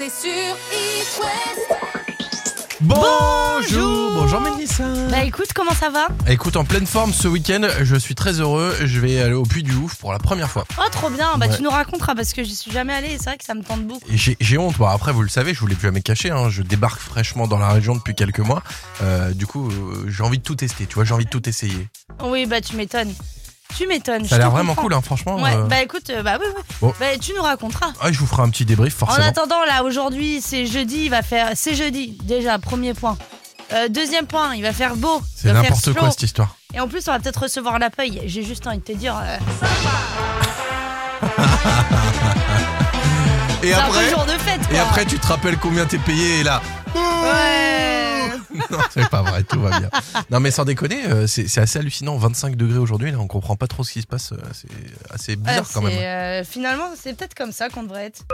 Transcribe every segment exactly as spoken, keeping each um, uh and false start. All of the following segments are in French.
c'est sur It West. Bonjour, bonjour Mélissa. Bah écoute, comment ça va? Écoute, en pleine forme ce week-end, je suis très heureux. Je vais aller au Puy du Ouf pour la première fois. Oh trop bien, bah Ouais. tu nous raconteras parce que j'y suis jamais allée et c'est vrai que ça me tente beaucoup. Et j'ai, j'ai honte. Bon, après, vous le savez, je vous l'ai jamais caché. Hein, je débarque fraîchement dans la région depuis quelques mois. Euh, du coup, euh, j'ai envie de tout tester. Tu vois, j'ai envie de tout essayer. Oui bah tu m'étonnes. Tu m'étonnes. Ça a l'air vraiment cool, hein, franchement. Ouais, euh. bah écoute, euh, bah oui, oui. Bon. Bah tu nous raconteras. Ah, je vous ferai un petit débrief, En forcément. attendant, là aujourd'hui c'est jeudi, il va faire. C'est jeudi, déjà, premier point. Euh, deuxième point, il va faire beau. C'est il va n'importe faire quoi chaud. cette histoire. Et en plus, on va peut-être recevoir la paye. J'ai juste envie de te dire. Euh, Et c'est un après, peu jour de fête quoi. et après, tu te rappelles combien t'es payé et là. Ouais. Non, c'est pas vrai, tout va bien. Non, mais sans déconner, euh, c'est, c'est assez hallucinant. vingt-cinq degrés aujourd'hui, là, on comprend pas trop ce qui se passe. euh, C'est assez bizarre Ah, quand c'est, même. euh, finalement, c'est peut-être comme ça qu'on devrait être.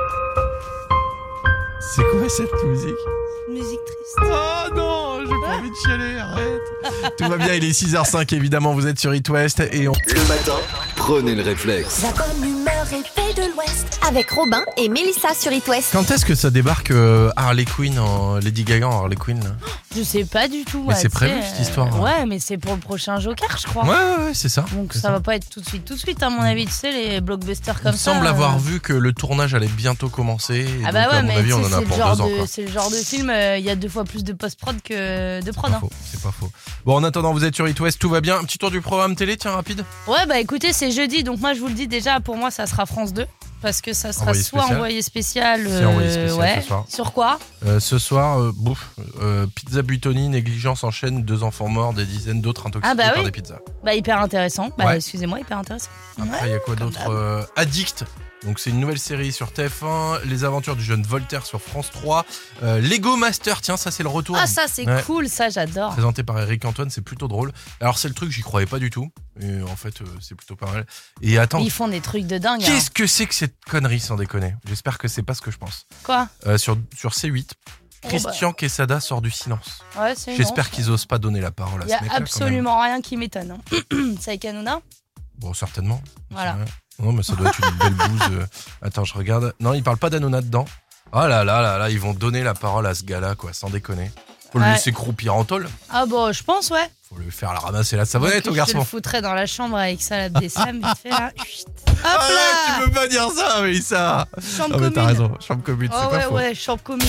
C'est quoi cette musique? Musique triste. Oh non, j'ai pas envie de chialer, arrête. Tout va bien, il est six heures cinq évidemment, vous êtes sur It West et on... Le matin, prenez le réflexe. La bonne humeur est faite de l'Ouest. Avec Robin et Mélissa sur It West. Quand est-ce que ça débarque euh, Harley Quinn, en Lady Gaga en Harley Quinn là? Je sais pas du tout. Mais ouais, c'est tu prévu, sais, cette histoire, hein. Ouais, mais c'est pour le prochain Joker, je crois. Ouais, ouais, ouais, c'est ça. Donc c'est ça, va pas être tout de suite, tout de suite à mon avis. Tu sais, les blockbusters Il comme me ça. semble euh, avoir vu que le tournage allait bientôt commencer. Et Ah donc, bah ouais, à mon mais avis, tu on sais, en a c'est le pour genre deux ans. de, Quoi. c'est le genre de film. euh, Il y a deux fois plus de post-prod que de prod. C'est pas Hein. faux, c'est pas faux. Bon, en attendant, vous êtes sur It West, tout va bien. Un petit tour du programme télé, tiens, rapide. Ouais, bah écoutez, c'est jeudi, donc moi je vous le dis déjà, pour moi ça sera France deux. Parce que ça sera Envoyé soit spécial. envoyé spécial. C'est envoyé spécial ouais. ce soir. Sur quoi? Euh, ce soir, euh, bouffe, euh, pizza Buitoni, négligence en chaîne, deux enfants morts, des dizaines d'autres intoxiqués Ah bah par oui. des pizzas. Bah hyper intéressant. Bah Ouais. excusez-moi, hyper intéressant. Après, il y a quoi comme d'autre? d'hab. euh, Addict. Donc c'est une nouvelle série sur T F un, Les aventures du jeune Voltaire sur France trois, euh, Lego Master, tiens ça c'est le retour. Ah ça c'est Ouais. cool, ça j'adore. Présenté par Eric Antoine, c'est plutôt drôle. Alors c'est le truc, j'y croyais pas du tout. Et en fait, euh, c'est plutôt pas mal. Et attends, Ils font des trucs de dingue. hein. qu'est-ce que c'est que cette connerie sans déconner? J'espère que c'est pas ce que je pense. Quoi? Euh, sur, sur C huit, Oh, Christian Quesada sort du silence. Ouais, c'est J'espère non, qu'ils osent pas donner la parole à Il y ce a mec-là. quand même. absolument rien qui m'étonne. Hein. C'est avec Hanouna? Bon, certainement. Voilà. Ouais. Non, mais ça doit être une belle bouse. euh. Attends, je regarde. Non, il parle pas d'Hanouna dedans. Oh là là là là, ils vont donner la parole à ce gars-là, quoi, sans déconner. Faut le Ouais. laisser croupir en tôle. Ah bon, je pense, ouais. Faut lui faire la ramasser la savonnette au Donc, Je te garçon. le foutrais dans la chambre avec salade des Sam, vite fait là. Chut. Hop Arrête, là. tu peux pas dire ça, Mélissa. Chambre Ah, mais t'as commune. raison, chambre commune, Oh c'est pas ouais, faux. ouais, chambre commune.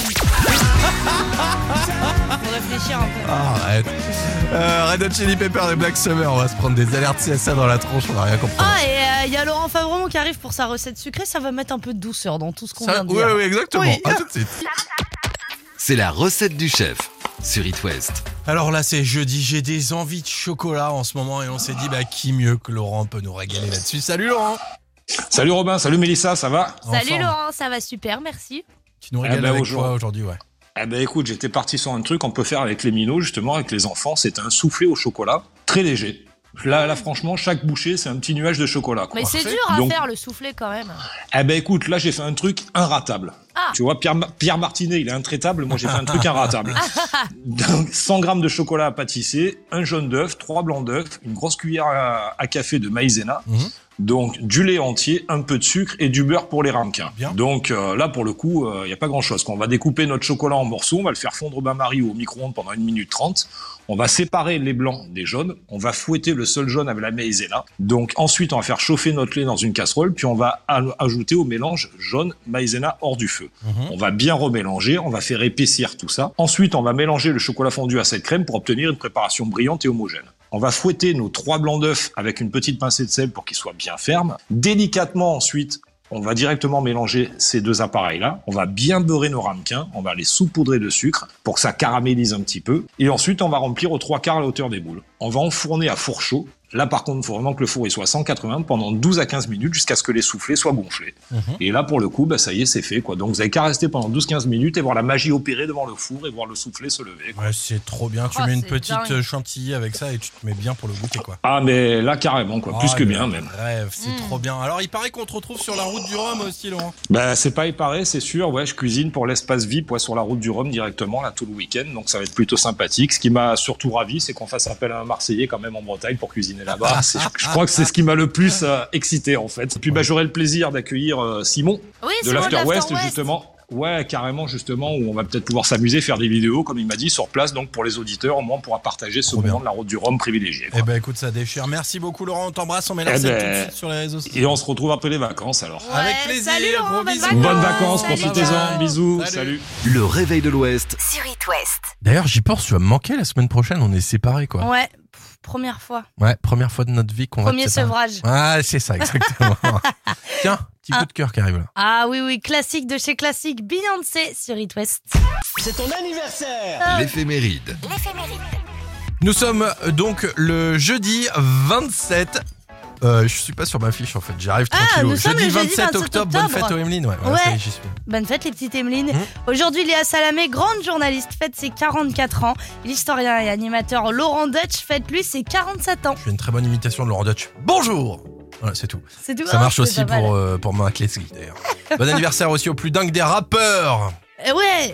Faut réfléchir un peu. Ah, arrête. Euh, Red Hot Chili Pepper et Black Summer, on va se prendre des alertes C S A dans la tronche, on va rien comprendre. Ah, et il y a Laurent Favreau qui arrive pour sa recette sucrée, ça va mettre un peu de douceur dans tout ce qu'on Ça- vient de ouais, dire. ouais, exactement. Oui. À tout de suite. C'est la recette du chef sur It West. Alors là, c'est jeudi, j'ai des envies de chocolat en ce moment et on s'est dit, bah, qui mieux que Laurent peut nous régaler là-dessus. Salut Laurent. Salut Robin, salut Mélissa, ça va? En Salut forme. Laurent, ça va super, merci. Tu nous régales Eh ben, avec aujourd'hui- quoi aujourd'hui, ouais. Eh ben écoute, j'étais parti sur un truc qu'on peut faire avec les minots, justement, avec les enfants. C'est un soufflé au chocolat, très léger. Là, là, franchement, chaque bouchée, c'est un petit nuage de chocolat. quoi. Mais c'est Parfait. dur à Donc- faire le soufflé quand même. Eh ben écoute, là, j'ai fait un truc inratable. Ah. Tu vois, Pierre, Pierre Martinet, il est intraitable. Moi, j'ai fait un truc inratable. Donc, cent grammes de chocolat à pâtisser, un jaune d'œuf, trois blancs d'œuf, une grosse cuillère à, à café de maïzena. Mhm. Donc, du lait entier, un peu de sucre et du beurre pour les ramequins. Bien. Donc, euh, là, pour le coup, il n'y a pas grand-chose. On va découper notre chocolat en morceaux, on va le faire fondre au bain-marie ou au micro-ondes pendant une minute trente. On va séparer les blancs des jaunes. On va fouetter le seul jaune avec la maïzena. Donc, ensuite, on va faire chauffer notre lait dans une casserole, puis on va a- ajouter au mélange jaune, maïzena hors du feu. Mhm. On va bien remélanger, on va faire épaissir tout ça. Ensuite, on va mélanger le chocolat fondu à cette crème pour obtenir une préparation brillante et homogène. On va fouetter nos trois blancs d'œufs avec une petite pincée de sel pour qu'ils soient bien fermes. Délicatement, ensuite, on va directement mélanger ces deux appareils-là. On va bien beurrer nos ramequins, on va les saupoudrer de sucre pour que ça caramélise un petit peu. Et ensuite, on va remplir aux trois quarts la hauteur des boules. On va enfourner à four chaud. Là, par contre, il faut vraiment que le four il soit à cent quatre-vingts pendant douze à quinze minutes jusqu'à ce que les soufflets soient gonflés. Mhm. Et là, pour le coup, bah, ça y est, c'est fait, quoi. Donc, vous avez qu'à rester pendant douze à quinze minutes et voir la magie opérer devant le four et voir le soufflet se lever, quoi. Ouais, c'est trop bien. Tu Oh, mets une c'est petite dingue. euh, chantilly avec ça et tu te mets bien pour le goûter, quoi. Ah, mais là, carrément, quoi. Plus Oh, que le bien, même. Rêve, c'est Mm. trop bien. Alors, il paraît qu'on te retrouve sur la route du Rhum aussi, Laurent. Bah, c'est pas éparé, c'est sûr. Ouais, je cuisine pour l'espace V I P, ouais, sur la route du Rhum directement, là, tout le week-end. Donc, ça va être plutôt sympathique. Ce qui m'a surtout ravi, c'est qu'on fasse appel à un Marseillais, quand même, en Bretagne pour cuisiner là-bas. C'est- je crois que c'est ce qui m'a le plus euh, excité, en fait. Puis, bah, j'aurai le plaisir d'accueillir euh, Simon Oui, de Simon l'After l'After West, West. justement. Ouais, carrément, justement, où on va peut-être pouvoir s'amuser, faire des vidéos, comme il m'a dit, sur place. Donc, pour les auditeurs, au moins, on pourra partager ce Trop moment bien. de la route du Rhum privilégié. Eh ben écoute, ça déchire. Merci beaucoup Laurent, on t'embrasse, on met la Eh recette ben, tout de suite sur les réseaux sociaux. Et on se retrouve après les vacances, alors. Ouais, Avec plaisir, salut Laurent, gros bonnes bisous. vacances. Bonnes vacances, Salut. profitez-en, bisous, Salut. salut. Le réveil de l'Ouest Sur It West. D'ailleurs, j'y pense, tu vas me manquer la semaine prochaine, on est séparés quoi. Ouais, pff, première fois. Ouais, première fois de notre vie qu'on va Premier te séparer. sevrage. Ah, c'est ça, exactement. Tiens, petit coup Ah. de cœur qui arrive là. Ah oui, oui, classique de chez classique, Beyoncé sur It West. C'est ton anniversaire. l'éphéméride. Nous sommes euh, donc le jeudi vingt-sept. Euh, je suis pas sur ma fiche en fait, j'arrive Ah, tranquillou. nous sommes le jeudi vingt-sept octobre, bonne octobre. fête aux Emeline. Ouais, voilà, Ouais. ça y est, j'y suis. Bonne fête les petites Emeline. Mmh. Aujourd'hui, Léa Salamé, grande journaliste, fête ses quarante-quatre ans. L'historien et animateur Laurent Dutch fête lui ses quarante-sept ans. Je fais une très bonne imitation de Laurent Dutch. Bonjour. Voilà, c'est tout. C'est tout. Ça hein, marche c'est aussi pas mal. pour, euh, pour Mark Leslie d'ailleurs. Bon anniversaire aussi au plus dingue des rappeurs. Eh ouais.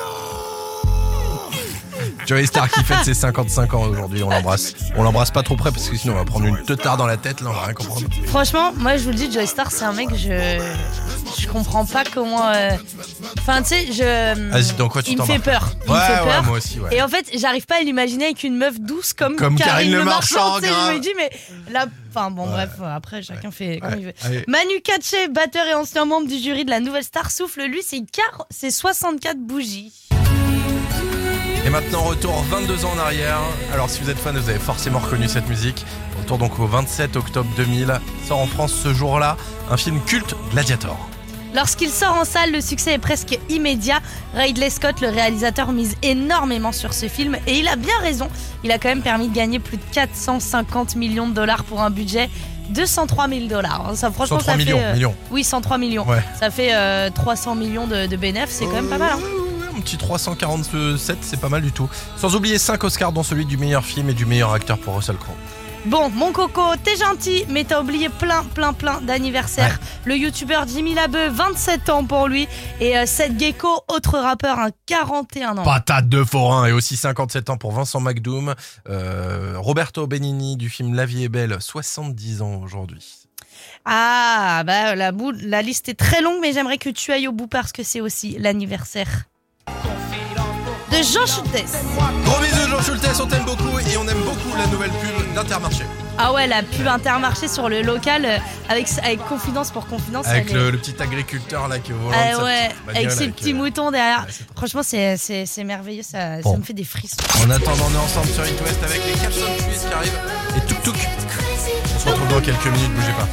Joey Star qui fête ses cinquante-cinq ans aujourd'hui, on l'embrasse. On l'embrasse pas trop près parce que sinon on va prendre une teutard dans la tête, là on va rien comprendre. Franchement, moi je vous le dis, Joey Star, c'est un mec, je je comprends pas comment. euh, Enfin, tu sais, je. Vas-y, dans quoi tu Il me fait t'embarques peur. Il Ouais, me fait ouais, peur. moi aussi, ouais. Et en fait, j'arrive pas à l'imaginer avec une meuf douce comme, Comme Karine Le Marchand, tu sais, grave. je me dis, mais là. Enfin bon, Ouais. bref, après chacun fait comme Ouais, il veut. allez. Manu Katché, batteur et ancien membre du jury de la Nouvelle Star, souffle lui ses, car- ses soixante-quatre bougies. Et maintenant, retour vingt-deux ans en arrière. Alors, si vous êtes fan, vous avez forcément reconnu cette musique. Retour donc au vingt-sept octobre deux mille. Sort en France ce jour-là un film culte, Gladiator. Lorsqu'il sort en salle, le succès est presque immédiat. Ridley Scott, le réalisateur, mise énormément sur ce film et il a bien raison. Il a quand même permis de gagner plus de quatre cent cinquante millions de dollars pour un budget de cent trois mille dollars. Ça, franchement, cent trois ça millions, fait, euh, millions. Oui, cent trois millions. Ouais. Ça fait euh, trois cents millions de, de bénéfices, c'est quand même pas mal. Hein. Un petit trois cent quarante-sept, c'est pas mal du tout. Sans oublier cinq Oscars, dont celui du meilleur film et du meilleur acteur pour Russell Crowe. Bon, mon coco, t'es gentil, mais t'as oublié plein, plein, plein d'anniversaires. Le youtubeur Jimmy Labeu, vingt-sept ans pour lui. Et euh, Seth Gecko, autre rappeur, un quarante et un ans. Patate de forain. Et aussi cinquante-sept ans pour Vincent McDoom. Euh, Roberto Benigni du film La vie est belle, soixante-dix ans aujourd'hui. Ah, bah la, boule, la liste est très longue, mais j'aimerais que tu ailles au bout parce que c'est aussi l'anniversaire de Jean Schultes. Gros bisous Jean Schultes, on t'aime beaucoup et on aime beaucoup la nouvelle pub d'Intermarché. Ah ouais, la pub Intermarché sur le local euh, avec, avec Confidence pour Confidence. Avec elle le, est- le petit agriculteur là qui est au volant Ah de sa ouais, petite bagnole avec ses avec, petits euh, moutons derrière. ouais, c'est trop. Franchement, c'est, c'est, c'est merveilleux, ça, Bon. ça me fait des frissons. En attendant, on est ensemble sur It West avec les Capsule Suisse qui arrivent et Tuk Tuk. On se retrouve dans quelques minutes, bougez pas.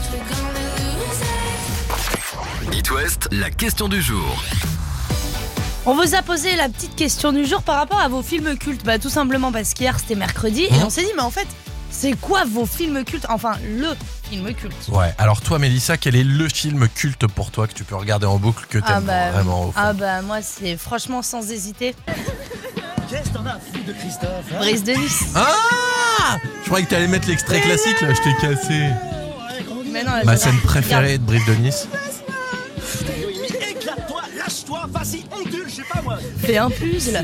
It West, la question du jour. On vous a posé la petite question du jour par rapport à vos films cultes. Bah tout simplement parce qu'hier c'était mercredi et Mmh. on s'est dit mais en fait c'est quoi vos films cultes? Enfin le film culte. Ouais, alors toi Mélissa, quel est le film culte pour toi que tu peux regarder en boucle que t'aimes Ah bah, vraiment au fond? ah bah moi c'est franchement sans hésiter Qu'est-ce que t'en as à foutre de Christophe hein? Brice de Nice. Ah, je croyais que t'allais mettre l'extrait classique là, je t'ai cassé. Mais non, Ma je- scène préférée de Brice de Nice. Éclate-toi, lâche-toi, vas-y, ondule, je sais pas moi. Fais un puzzle.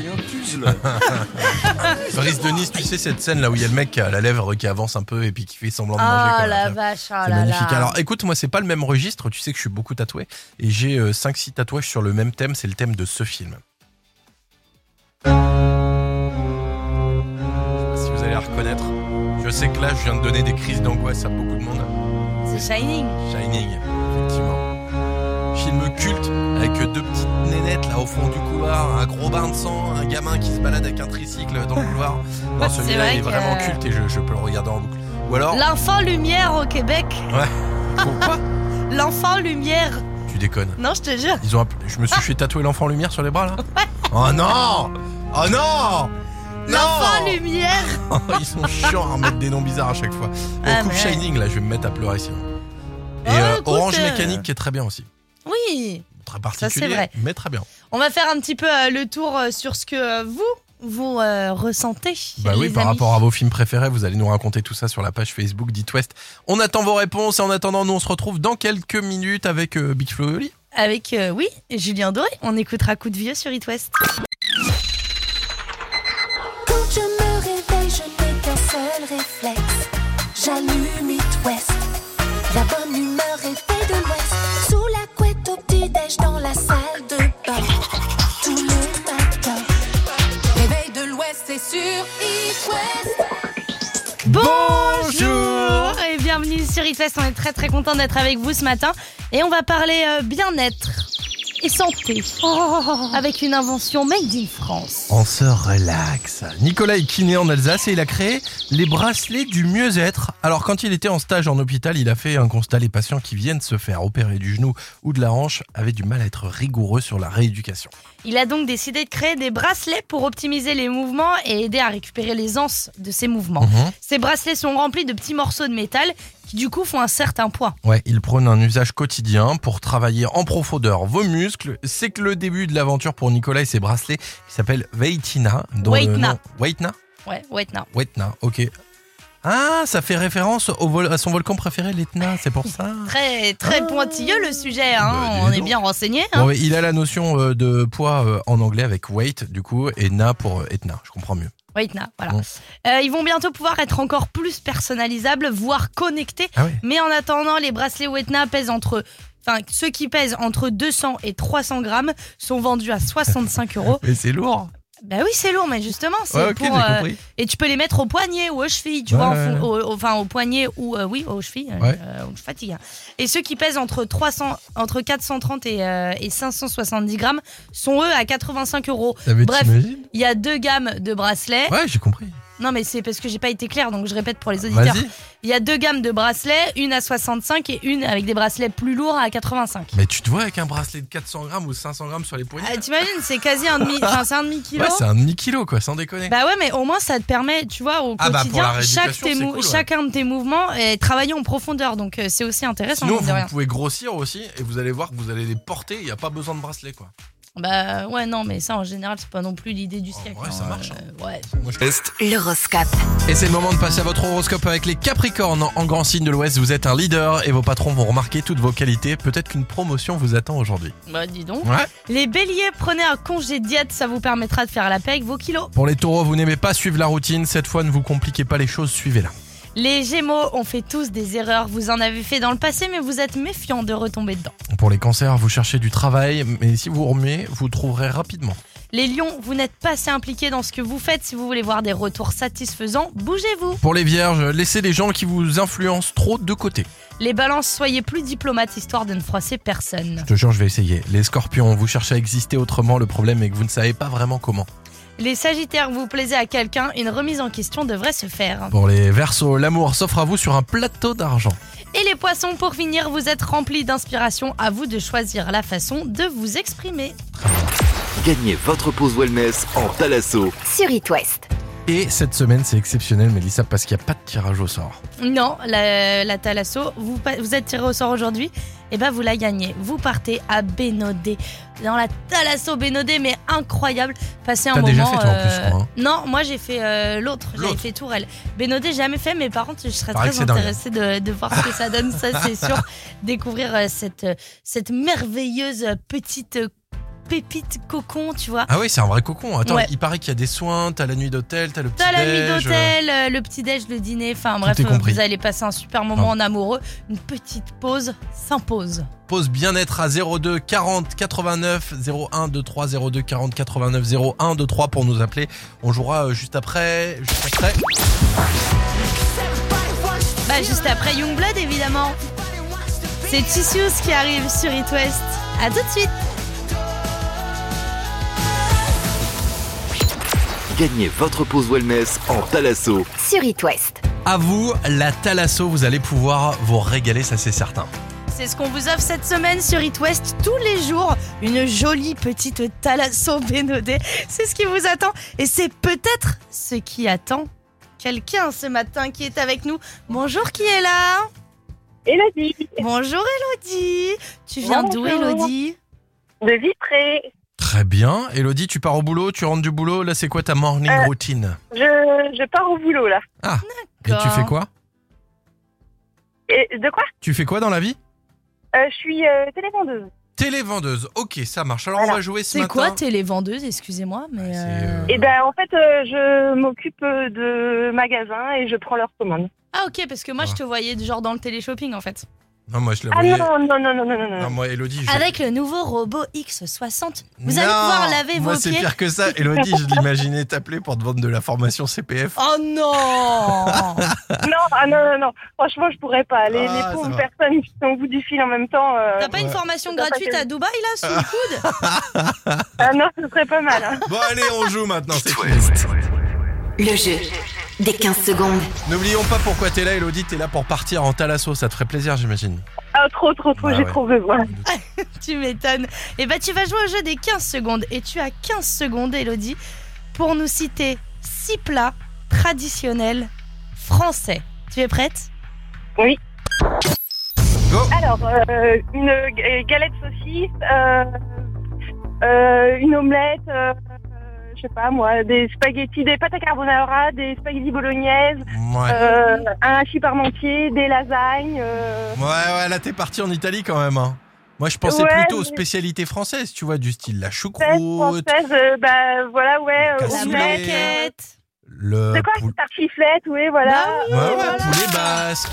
Brice de Nice, tu sais cette scène là où il y a le mec qui a la lèvre qui avance un peu et puis qui fait semblant de manger. Ah quoi, la là. vache, ah C'est là magnifique. là. Alors écoute, moi c'est pas le même registre, tu sais que je suis beaucoup tatoué et j'ai euh, cinq six tatouages sur le même thème, c'est le thème de ce film. Je sais pas si vous allez la reconnaître. Je sais que là je viens de donner des crises d'angoisse à beaucoup de monde. C'est Shining. Shining, effectivement. Film culte avec deux petites nénettes là au fond du couloir, un gros bain de sang, un gamin qui se balade avec un tricycle dans le couloir. Non, C'est celui-là vrai il est que- vraiment culte et je, je peux le regarder en boucle. Ou alors, L'enfant lumière au Québec. pourquoi L'enfant lumière. tu déconnes. Non, je te jure. Ils ont appelé- Je me suis fait tatouer l'enfant lumière sur les bras là. Oh non. Oh non. L'enfant Non. lumière. Ils sont chiants à remettre des noms bizarres à chaque fois. Bon, Ah, coupe mais ouais. Shining là, je vais me mettre à pleurer sinon. Et Oh, euh, écoute, Orange euh, Mécanique qui est très bien aussi. Oui. Très particulier, c'est vrai. mais très bien. On va faire un petit peu euh, le tour euh, sur ce que euh, vous, vous euh, ressentez. Bah oui, les par amis. rapport à vos films préférés, vous allez nous raconter tout ça sur la page Facebook d'It West. On attend vos réponses et en attendant, nous on se retrouve dans quelques minutes avec euh, Big Flo et Oli. Avec, euh, oui, Julien Doré. On écoutera Coup de Vieux sur It West. Quand je me réveille, je n'ai qu'un seul réflexe. J'allume It West. La bonne humeur est faite de l'Ouest. Sous la couette au petit-déj dans la salle de bain. Mille sur It West, on est très très content d'être avec vous ce matin. Et on va parler euh, bien-être et santé. Oh, avec une invention made in France. On se relaxe. Nicolas est kiné en Alsace et il a créé les bracelets du mieux-être. Alors quand il était en stage en hôpital, il a fait un constat. Les patients qui viennent se faire opérer du genou ou de la hanche avaient du mal à être rigoureux sur la rééducation. Il a donc décidé de créer des bracelets pour optimiser les mouvements et aider à récupérer les anses de ces mouvements. Mmh. Ces bracelets sont remplis de petits morceaux de métal qui du coup font un certain poids. Ouais, il prône un usage quotidien pour travailler en profondeur vos muscles. C'est que le début de l'aventure pour Nicolas et ses bracelets qui s'appellent Weightina. Weightna. Weightna Ouais, Weightna. Weightna, ok. Ah, ça fait référence au vol- à son volcan préféré, l'Etna, c'est pour ça. Très très Ah. pointilleux le sujet, hein. Bah, dis On est donc. bien renseigné. Hein. Bon, ouais, il a la notion euh, de poids euh, en anglais avec weight, du coup, et na pour euh, Etna, je comprends mieux. Weightna, voilà. Bon. Euh, ils vont bientôt pouvoir être encore plus personnalisables, voire connectés. Ah ouais. Mais en attendant, les bracelets Weightna pèsent entre... Enfin, ceux qui pèsent entre deux cents et trois cents grammes sont vendus à soixante-cinq euros. Mais c'est lourd. Bah oui, c'est lourd, mais justement, c'est Ouais, ok, pour... j'ai euh, compris. et tu peux les mettre au poignet ou aux chevilles, tu Ouais, vois, en ouais, fond- au- au- enfin au poignet ou... euh, oui, aux chevilles, euh, Ouais. euh, je fatigue. hein. Et ceux qui pèsent entre, trois cents, entre quatre cent trente et, euh, et cinq cent soixante-dix grammes sont eux à quatre-vingt-cinq euros. Ah, mais Bref, t'imagines il y a deux gammes de bracelets. Ouais, j'ai compris. Non, mais c'est parce que j'ai pas été claire, donc je répète pour les auditeurs. Vas-y. Il y a deux gammes de bracelets, une à soixante-cinq et une avec des bracelets plus lourds à quatre-vingt-cinq. Mais tu te vois avec un bracelet de quatre cents grammes ou cinq cents grammes sur les poignets? Ah, t'imagines, c'est quasi un demi, enfin c'est un demi kilo. Ouais, c'est un demi-kilo, quoi, sans déconner. Bah ouais, mais au moins ça te permet, tu vois, au Ah bah, pour la quotidien, rééducation, chaque tes c'est mou- cool, ouais. chacun de tes mouvements est travaillé en profondeur, donc euh, c'est aussi intéressant. Sinon, mine de vous rien. pouvez grossir aussi et vous allez voir que vous allez les porter, il n'y a pas besoin de bracelet, quoi. Bah ouais, non, mais ça en général, c'est pas non plus l'idée du siècle. ouais, ça hein, marche, euh, ouais. Moi, je... L'horoscope. Et c'est le moment de passer à votre horoscope avec les Capricornes. En grand signe de l'Ouest, vous êtes un leader et vos patrons vont remarquer toutes vos qualités. Peut-être qu'une promotion vous attend aujourd'hui. Bah dis donc. Ouais. Les béliers, prenez un congé diète, ça vous permettra de faire la paix avec vos kilos. Pour les taureaux, vous n'aimez pas suivre la routine. Cette fois, ne vous compliquez pas les choses, suivez-la. Les gémeaux, on fait tous des erreurs, vous en avez fait dans le passé, mais vous êtes méfiants de retomber dedans. Pour les cancers, vous cherchez du travail, mais si vous remuez, vous trouverez rapidement. Les lions, vous n'êtes pas assez impliqués dans ce que vous faites, si vous voulez voir des retours satisfaisants, bougez-vous. Pour les vierges, laissez les gens qui vous influencent trop de côté. Les balances, soyez plus diplomates histoire de ne froisser personne. Je te jure, je vais essayer. Les scorpions, vous cherchez à exister autrement, le problème est que vous ne savez pas vraiment comment. Les sagittaires, vous plaisez à quelqu'un, une remise en question devrait se faire. Pour les verseaux, l'amour s'offre à vous sur un plateau d'argent. Et les poissons, pour finir, vous êtes remplis d'inspiration, à vous de choisir la façon de vous exprimer. Gagnez votre pause wellness en Thalasso. Sur It West. Et cette semaine, c'est exceptionnel, Mélissa, parce qu'il n'y a pas de tirage au sort. Non, la, la Thalasso, vous, pa- vous êtes tiré au sort aujourd'hui, et ben vous la gagnez. Vous partez à Bénodet, dans la Thalasso Bénodet, mais incroyable. Passez un T'as moment. déjà fait, toi, en plus, je crois, hein. Non, moi j'ai fait euh, l'autre, j'avais L'autre. fait Tourelle. Bénodet, jamais fait, mais par contre, je serais Paraît très que c'est dingue. intéressée de, de voir ce que ça donne, ça c'est sûr. Découvrir euh, cette, euh, cette merveilleuse petite euh, pépite cocon, tu vois. Ah oui, c'est un vrai cocon. Attends, Ouais. il paraît qu'il y a des soins, t'as la nuit d'hôtel, t'as le petit T'as la nuit déj, d'hôtel, euh, le petit-déj, le dîner, enfin bref, est euh, compris. vous allez passer un super moment Ah. en amoureux. Une petite pause s'impose. Pause bien-être à zéro deux quarante quatre-vingt-neuf zéro un deux trois zéro deux quarante quatre-vingt-neuf zéro un deux trois pour nous appeler. On jouera euh, juste après. Juste après. Bah juste après Youngblood évidemment. C'est Tissues qui arrive sur It West. À tout de suite. Gagnez votre pause wellness en Thalasso. Sur It West. À vous, la Thalasso, vous allez pouvoir vous régaler, ça c'est certain. C'est ce qu'on vous offre cette semaine sur It West tous les jours. Une jolie petite Thalasso Bénodet. C'est ce qui vous attend. Et c'est peut-être ce qui attend quelqu'un ce matin qui est avec nous. Bonjour, qui est là? Élodie, Bonjour Elodie. Tu viens d'où Bonjour. Elodie? de Vitré. Très bien. Elodie, tu pars au boulot, tu rentres du boulot. Là, c'est quoi ta morning Euh, routine? Je, je pars au boulot là. Ah, et tu fais quoi? Et de quoi Tu fais quoi dans la vie? euh, Je suis euh, télévendeuse. Télévendeuse. Ok, ça marche. Alors, Voilà. on va jouer ce C'est matin. quoi télévendeuse? Excusez-moi, mais. C'est, euh, euh, Et ben en fait, euh, je m'occupe de magasins et je prends leurs commandes. Ah ok, parce que moi Ah. je te voyais genre dans le téléshopping en fait. Non, moi je la Ah voyais. non, non, non, non, non, non. Non, moi Elodie. Je... Avec le nouveau robot X soixante, vous non, allez pouvoir laver moi vos c'est pieds. pire que ça. Elodie, je l'imaginais t'appeler pour te vendre de la formation C P F. Oh non. Non, ah non, non, non. Franchement, je pourrais pas. Les, Ah, les ça pauvres va. personnes qui sont au bout du fil en même temps. euh, T'as pas une Ouais. formation C'est pas gratuite facile. à Dubaï là sous le coude? Ah non, ce serait pas mal. Hein. Bon, allez, on joue maintenant. C'est It fini. West. Le jeu des quinze secondes. N'oublions pas pourquoi t'es là, Elodie. T'es là pour partir en Thalasso. Ça te ferait plaisir, j'imagine. Ah, trop, trop, trop. Bah j'ai ouais. trop besoin. Tu m'étonnes. Et bah tu vas jouer au jeu des quinze secondes. Et tu as quinze secondes, Elodie, pour nous citer six plats traditionnels français. Tu es prête? Oui. Go. Alors, euh, une g- galette saucisse, euh, euh, une omelette, euh, je sais pas moi, des spaghettis, des pâtes à carbonara, des spaghettis bolognaises, Ouais. euh, un hachis parmentier, des lasagnes. Euh... Ouais, ouais, là t'es parti en Italie quand même. Hein. Moi je pensais Ouais, plutôt aux mais- spécialités françaises, tu vois, du style la Française, choucroute, française, euh, bah voilà, ouais, euh, La La Cassoulet. omelette. blanquette. le C'est quoi, poul- tartiflette, oui, voilà. Bah oui. Ouais, ouais, voilà. poulet basque.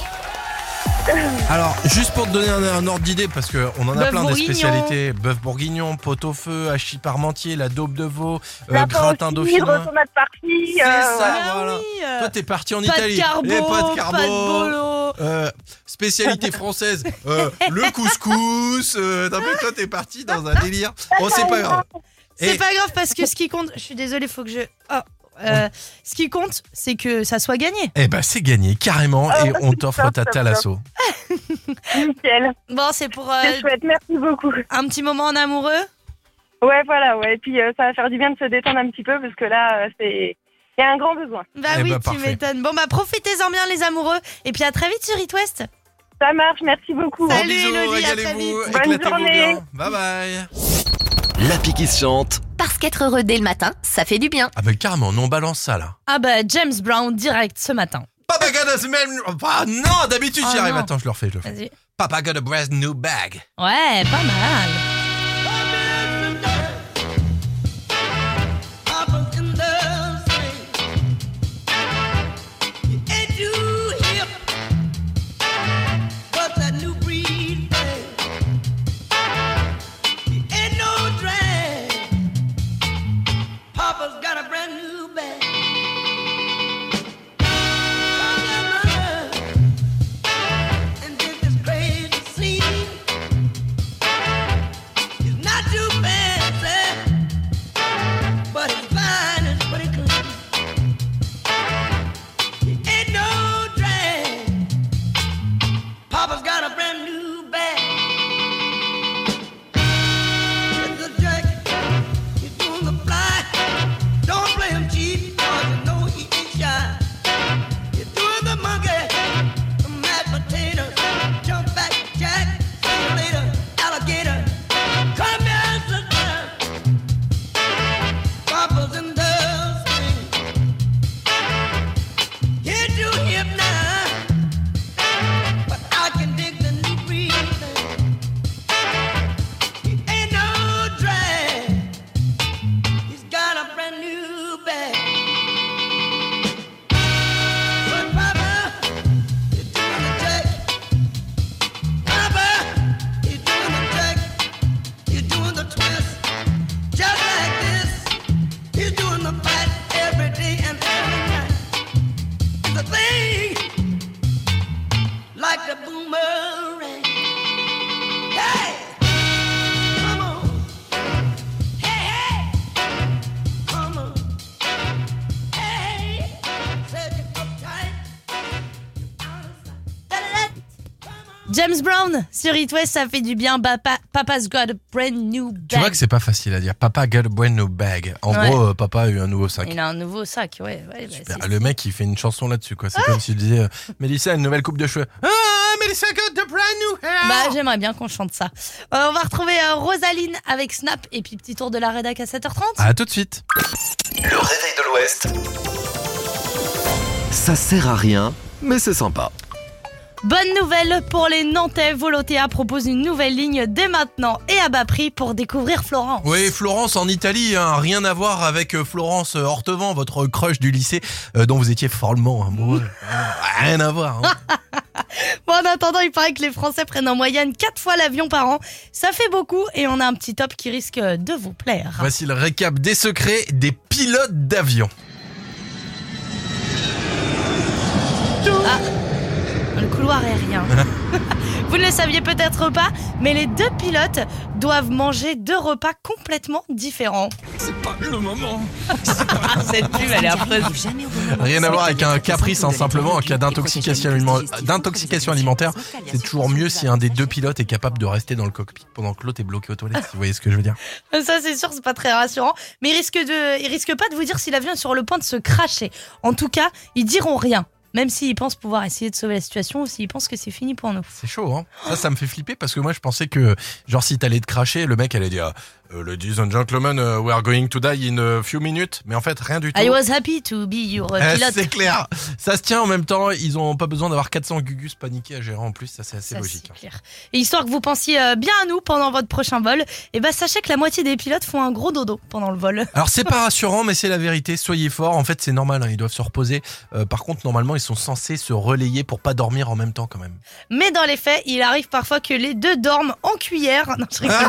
Alors, juste pour te donner un, un ordre d'idée, parce qu'on en a Bœuf plein des bourguignon. spécialités. Bœuf bourguignon, pot-au-feu, hachis parmentier, la daube de veau, euh, La gratin panche cidre, dauphinois. tomate farcie. C'est euh, ça. ouais. Ah voilà. oui, euh, Toi, t'es parti en pas Italie. de carbo, Et pas de carbo. pas de bolo. Euh, spécialité française, euh, le couscous. Euh, t'as vu, toi, t'es parti dans un délire. Bon, c'est pas grave. C'est Et- pas grave parce que ce qui compte, je suis désolée, faut que je. Oh, euh, ce qui compte, c'est que ça soit gagné. Eh ben, c'est gagné, carrément. Ah, Et on t'offre top, ta top, Thalasso. Nickel. Bon, c'est pour euh, C'est chouette, merci beaucoup. un petit moment en amoureux. Ouais, voilà, ouais. Et puis euh, ça va faire du bien de se détendre un petit peu parce que là, euh, c'est. Il y a un grand besoin. Bah Eh oui, bah, tu parfait. m'étonnes. Bon, bah profitez-en bien, les amoureux. Et puis à très vite sur It West. Ça marche, merci beaucoup. Bon, Salut, bisous, Elodie, à très régalez-vous, vite. Bonne éclatez-vous journée. bien. Bye bye. L'appli qui se chante. Parce qu'être heureux dès le matin, ça fait du bien. Ah ben carrément, on balance ça là. Ah bah James Brown direct ce matin. Papa got a man... Ah non, d'habitude Oh j'y arrive. non. Attends, je le refais, je le refais. Vas-y. Papa got a brand new bag. Ouais, pas mal. Papa's got a brand new bag. It's a jacket. He's doing the fly. Don't play him cheap, cause you know he ain't shy. He's doing the monkey, the mashed potatoes, jump back jack, see you later, alligator. Come here, sister. Papa's in the swing. Hit you hip now. But I can dig the new breathing. He ain't no drag. He's got a brand new bag. But Papa, you're doing the jack. Papa, you're doing the jack. You're doing the twist. Just like this. He's doing the fight every day and every night. It's a thing like the boomerang. Hey, come on. Hey, hey, come on. Hey, said you uptight. Out of sight. James Brown sur It West, ça fait du bien. Papa, Papa's got a brand new bag. Tu vois que c'est pas facile à dire. Papa got a brand new bag. En Ouais. gros, euh, papa a eu un nouveau sac. Il a un nouveau sac, ouais. ouais bah, Super. c'est- Le mec, il fait une chanson là-dessus, quoi. C'est comme s'il disait euh, Mélissa a une nouvelle coupe de cheveux. Ah, Mélissa got a brand new hair. Bah, j'aimerais bien qu'on chante ça. Euh, on va retrouver euh, Rosaline avec Snap et puis petit tour de la rédac à sept heures trente. À tout de suite. Le réveil de l'Ouest. Ça sert à rien, mais c'est sympa. Bonne nouvelle pour les Nantais. Volotea propose une nouvelle ligne dès maintenant et à bas prix pour découvrir Florence. Oui, Florence en Italie, hein, rien à voir avec euh, Florence euh, Ortevant, votre crush du lycée, euh, dont vous étiez follement amoureux. Rien à voir. Hein. Bon, en attendant, il paraît que les Français prennent en moyenne quatre fois l'avion par an. Ça fait beaucoup et on a un petit top qui risque de vous plaire. Voici le récap des secrets des pilotes d'avion. Ah, le couloir aérien. Vous ne le saviez peut-être pas, mais les deux pilotes doivent manger deux repas complètement différents. C'est pas le moment. Cette pub, elle est affreuse. Rien à voir avec un caprice, hein, simplement en cas d'intoxication, aliment- d'intoxication alimentaire, c'est toujours mieux si un des deux pilotes est capable de rester dans le cockpit pendant que l'autre est bloqué aux toilettes, si vous voyez ce que je veux dire. Ça, c'est sûr, c'est pas très rassurant. Mais ils risquent, de... ils risquent pas de vous dire si l'avion est sur le point de se crasher. En tout cas, ils diront rien. Même s'ils pensent pouvoir essayer de sauver la situation ou s'ils pensent que c'est fini pour nous. C'est chaud, hein. Ça, ça me fait flipper parce que moi, je pensais que, genre, si t'allais te cracher, le mec allait dire euh, Ladies and gentlemen, uh, we are going to die in a few minutes. Mais en fait, rien du tout. I was happy to be your Euh, pilot. c'est clair. Ça se tient en même temps. Ils ont pas besoin d'avoir quatre cents gugus paniqués à gérer en plus. Ça, c'est assez Ça, logique. c'est clair. Et histoire que vous pensiez euh, bien à nous pendant votre prochain vol, et ben sachez que la moitié des pilotes font un gros dodo pendant le vol. Alors, c'est pas rassurant, mais c'est la vérité. Soyez forts. En fait, c'est normal. Hein. Ils doivent se reposer. Euh, par contre, normalement, ils sont censés se relayer pour pas dormir en même temps quand même. Mais dans les faits, il arrive parfois que les deux dorment en cuillère. Non, je rigole.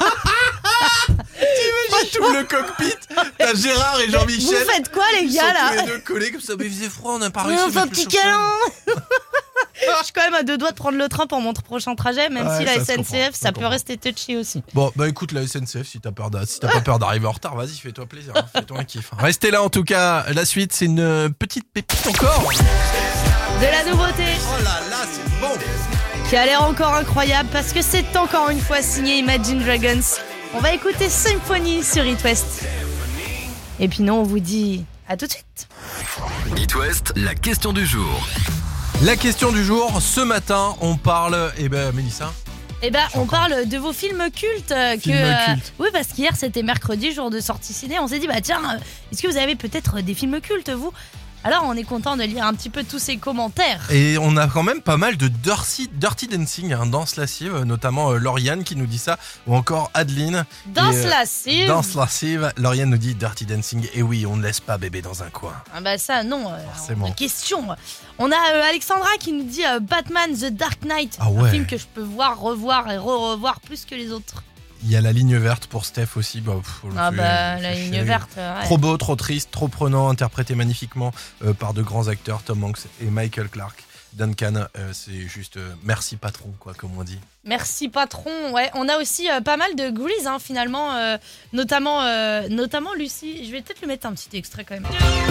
T'imagines tout le cockpit. T'as Gérard et Jean-Michel. Vous faites quoi, les Ils gars, sont là? tous les deux collés comme ça. Mais il faisait froid, on n'a pas Ouais, réussi. on fait un à mettre petit le chauffe-eau. câlin. Je suis quand même à deux doigts de prendre le train pour mon prochain trajet, même Ouais, si la ça se S N C F, comprend, ça ça se peut comprend. rester touchy aussi. Bon, bah écoute, la S N C F, si t'as peur d'a- si t'as pas peur d'arriver en retard, vas-y, fais-toi plaisir. hein. Fais-toi un kiff. Restez là en tout cas. La suite, c'est une petite pépite encore. De la nouveauté Oh là là, c'est bon. qui a l'air encore incroyable parce que c'est encore une fois signé Imagine Dragons. On va écouter Symphony sur It West. Et puis non, on vous dit à tout de suite. It West, la question du jour. La question du jour, ce matin, on parle. Eh ben, Mélissa. Eh ben, on parle de vos films cultes. euh, Films que, euh, cultes. Oui, parce qu'hier c'était mercredi, jour de sortie ciné. On s'est dit, bah tiens, euh, est-ce que vous avez peut-être des films cultes, vous? Alors, on est content de lire un petit peu tous ces commentaires. Et on a quand même pas mal de dirty, dirty dancing, hein, danse lascive, notamment euh, Lauriane qui nous dit ça, ou encore Adeline. Danse Et, euh, lascive. Danse lascive. Lauriane nous dit dirty dancing. Et oui, on ne laisse pas bébé dans un coin. Ah bah ça, non. euh, Forcément. de question. On a euh, Alexandra qui nous dit euh, Batman The Dark Knight. Ah ouais. Un film que je peux voir, revoir et re-revoir plus que les autres. Il y a la ligne verte pour Steph aussi. Bah, pff, Ah fait- bah, fait la chier. ligne verte. euh, ouais. Trop beau, trop triste, trop prenant, interprété magnifiquement euh, par de grands acteurs, Tom Hanks et Michael Clarke. Duncan, euh, c'est juste euh, merci patron, quoi, comme on dit. Merci patron. Ouais, on a aussi euh, pas mal de Grease hein, finalement, euh, notamment, euh, notamment Lucie. Je vais peut-être lui mettre un petit extrait quand même.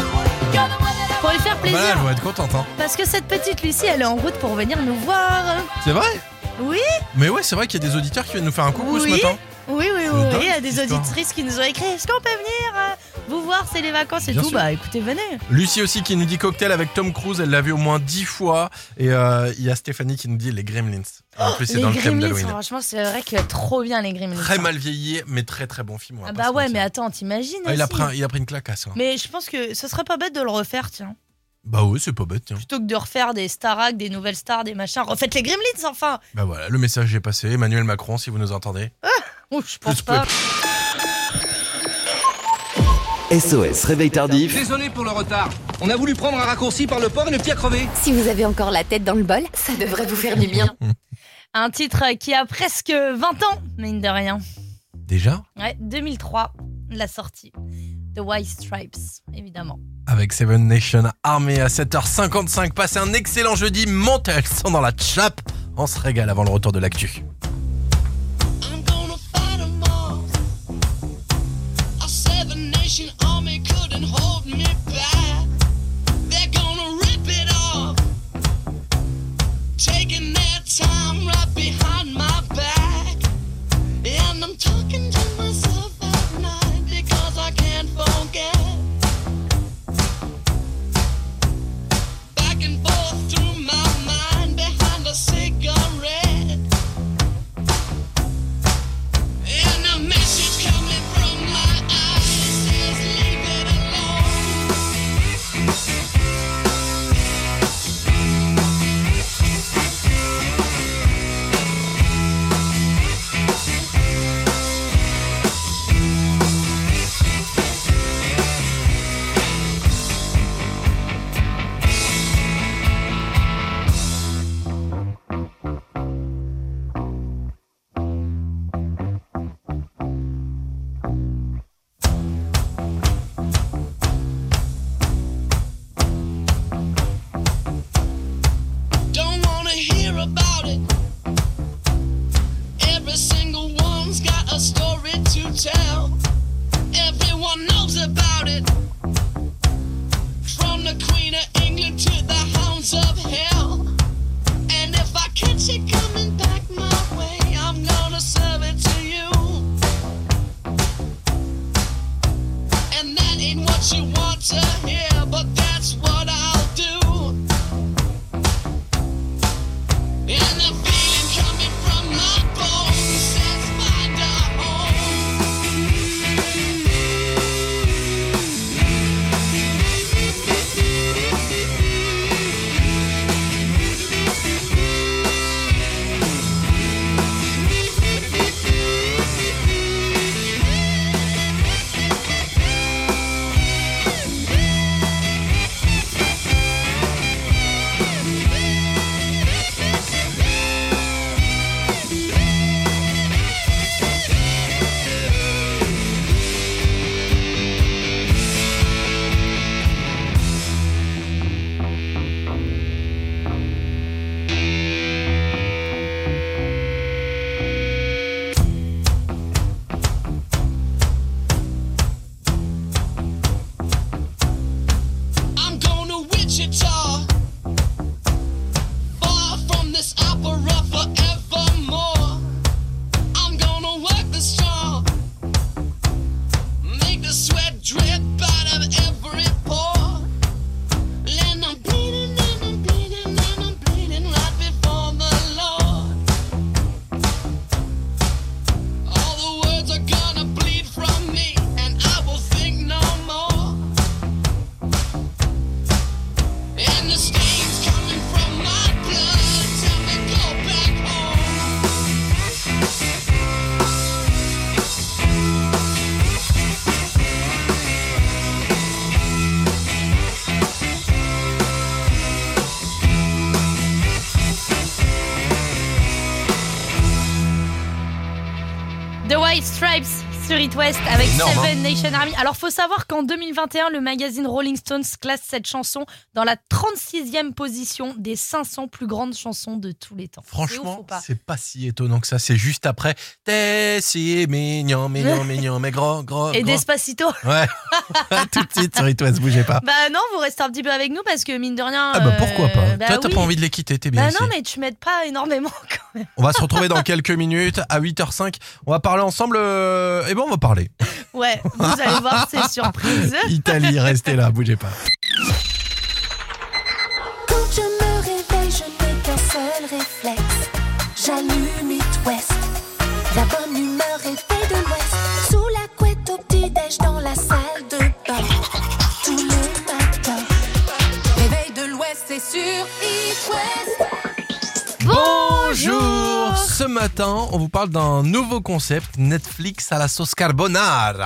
Pour lui faire plaisir. Voilà, elle va être contente. Hein. Parce que cette petite Lucie, elle est en route pour venir nous voir. C'est vrai? Oui, Mais ouais, c'est vrai qu'il y a des auditeurs qui viennent nous faire un coucou Oui. ce matin. oui, oui, oui. C'est oui. dingue, Il y a cette des histoire. auditrices qui nous ont écrit. Est-ce qu'on peut venir euh, vous voir? C'est les vacances et Bien tout. sûr. Bah écoutez, venez. Lucie aussi qui nous dit cocktail avec Tom Cruise, elle l'a vu au moins dix fois. Et euh, il y a Stéphanie qui nous dit les Gremlins. En plus, c'est Les dans le thème Gremlins, d'Halloween. franchement, c'est vrai que trop bien les Gremlins. Très mal vieilli, mais très très bon film. on va Ah pas bah se ouais, mentir. mais attends, t'imagines Ah, il, a aussi. pris un- il a pris une clacasse. hein. Mais je pense que ce serait pas bête de le refaire, tiens. Bah ouais, c'est pas bête, tiens. Plutôt que de refaire des Starac, des nouvelles stars, des machins. Refaites les Gremlins, enfin. Bah voilà, le message est passé. Emmanuel Macron, si vous nous entendez. Ouh, je pense Plus pas. S O S Réveil Tardif. Désolé pour le retard. On a voulu prendre un raccourci par le port et le petit a crevé. Si vous avez encore la tête dans le bol, ça devrait vous faire du bien. Un titre qui a presque vingt ans, mine de rien. Déjà? Ouais, deux mille trois, la sortie. The White Stripes, évidemment. Avec Seven Nation Army à sept heures cinquante-cinq. Passez un excellent jeudi. Montez le son dans la chape. On se régale avant le retour de l'actu. I'm gonna fight 'em all. A seven nation army couldn't hold me back. They're gonna rip it off, taking their time right behind my back. And I'm talking to myself at night because I can't forget. Back and forth through my mind behind a cigarette. story to tell. Everyone knows about it. From the Queen of England to the hounds of hell. And if I catch it coming back my way, I'm gonna serve it to you. And that ain't what you want to hear, but that's what I'll do. And the feeling coming from my bones says find a home. I'm going to Wichita, far from this opera forevermore. I'm gonna work the straw, make the sweat drip out of every pore. And I'm bleeding and I'm bleeding and I'm bleeding right before the Lord. All the words are gonna bleed from me, and I will think no more. And the stains coming from my blood tell me go back home. The White Stripes sur It West avec Énorme, Seven hein. Nation Army. Alors faut savoir qu'en deux mille vingt et un, le magazine Rolling Stones classe cette chanson dans la trente-sixième position des cinq cents plus grandes chansons de tous les temps. C'est ouf Franchement, ou pas ? c'est pas si étonnant que ça. C'est juste après. T'es si mignon, mignon, mignon, mais gros, gros. Et gros. Despacito. Ouais. Tout de suite sur It West, bougez pas. Bah non, vous restez un petit peu avec nous parce que mine de rien. Ah bah euh, pourquoi pas. bah Toi, t'as oui. pas envie de les quitter, t'es bien Bah ici. non, mais tu m'aides pas énormément quand même. On va se retrouver dans quelques minutes à huit heures cinq. On va parler ensemble. Euh... Eh ben, on va parler. Ouais, vous allez voir, c'est surprise. Italie, restez là, bougez pas. Quand je me réveille, je n'ai qu'un seul réflexe. J'allume It West. La bonne humeur est faite de l'Ouest. Sous la couette au petit-déj dans la salle de bain. Tous les matins. Réveil de l'Ouest, c'est sur It West. Bonjour. Ce matin, on vous parle d'un nouveau concept, Netflix à la sauce carbonara.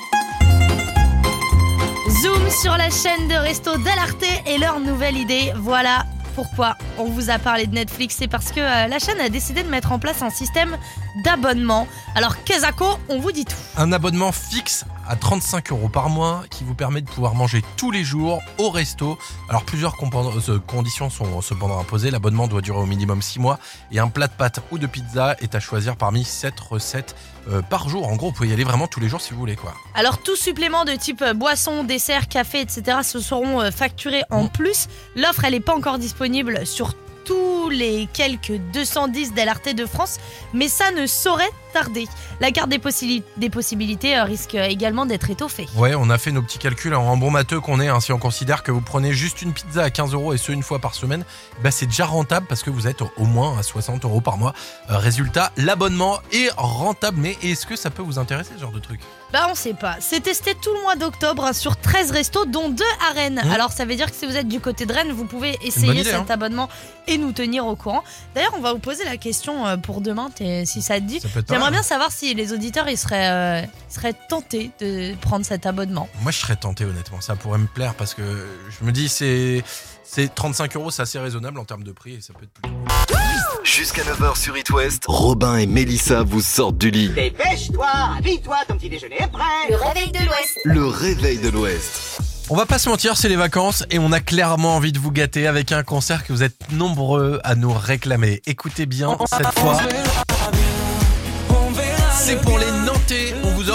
Zoom sur la chaîne de Resto Dell'Arte et leur nouvelle idée. Voilà pourquoi on vous a parlé de Netflix. C'est parce que euh, la chaîne a décidé de mettre en place un système d'abonnement. Alors, Kezako, on vous dit tout. Un abonnement fixe à trente-cinq euros par mois qui vous permet de pouvoir manger tous les jours au resto. Alors plusieurs compo- euh, conditions sont cependant imposées. L'abonnement doit durer au minimum six mois et un plat de pâtes ou de pizza est à choisir parmi sept recettes euh, par jour. En gros, vous pouvez y aller vraiment tous les jours si vous voulez, quoi. Alors, tout supplément de type euh, boisson, dessert, café, et cetera se seront euh, facturés en plus. L'offre, elle n'est pas encore disponible sur tous les quelques deux cent dix Dell'Arte de France, mais ça ne saurait tarder. La carte des, possili- des possibilités euh, risque également d'être étoffée. Ouais, on a fait nos petits calculs en bon matheux qu'on est. Hein, si on considère que vous prenez juste une pizza à quinze euros et ce une fois par semaine, bah c'est déjà rentable parce que vous êtes au moins à soixante euros par mois. Euh, résultat, l'abonnement est rentable. Mais est-ce que ça peut vous intéresser, ce genre de truc ? Bah on sait pas. C'est testé tout le mois d'octobre hein, sur treize restos dont deux à Rennes. Mmh. Alors ça veut dire que si vous êtes du côté de Rennes, vous pouvez bonne essayer idée, cet hein. abonnement et nous tenir au courant. D'ailleurs, on va vous poser la question euh, pour demain, t'es- si ça te dit. Ça peut être pas J'aimerais mal. bien savoir si les auditeurs ils seraient, euh, seraient tentés de prendre cet abonnement. Moi, je serais tenté, honnêtement. Ça pourrait me plaire parce que je me dis, c'est, c'est trente-cinq euros, c'est assez raisonnable en termes de prix et ça peut être plutôt cool. Jusqu'à neuf heures sur It West, Robin et Mélissa vous sortent du lit. Dépêche-toi, habille-toi, ton petit déjeuner est prêt. Le réveil de l'Ouest. Le réveil de l'Ouest. On va pas se mentir, c'est les vacances et on a clairement envie de vous gâter avec un concert que vous êtes nombreux à nous réclamer. Écoutez bien cette fois. C'est pour les Nantais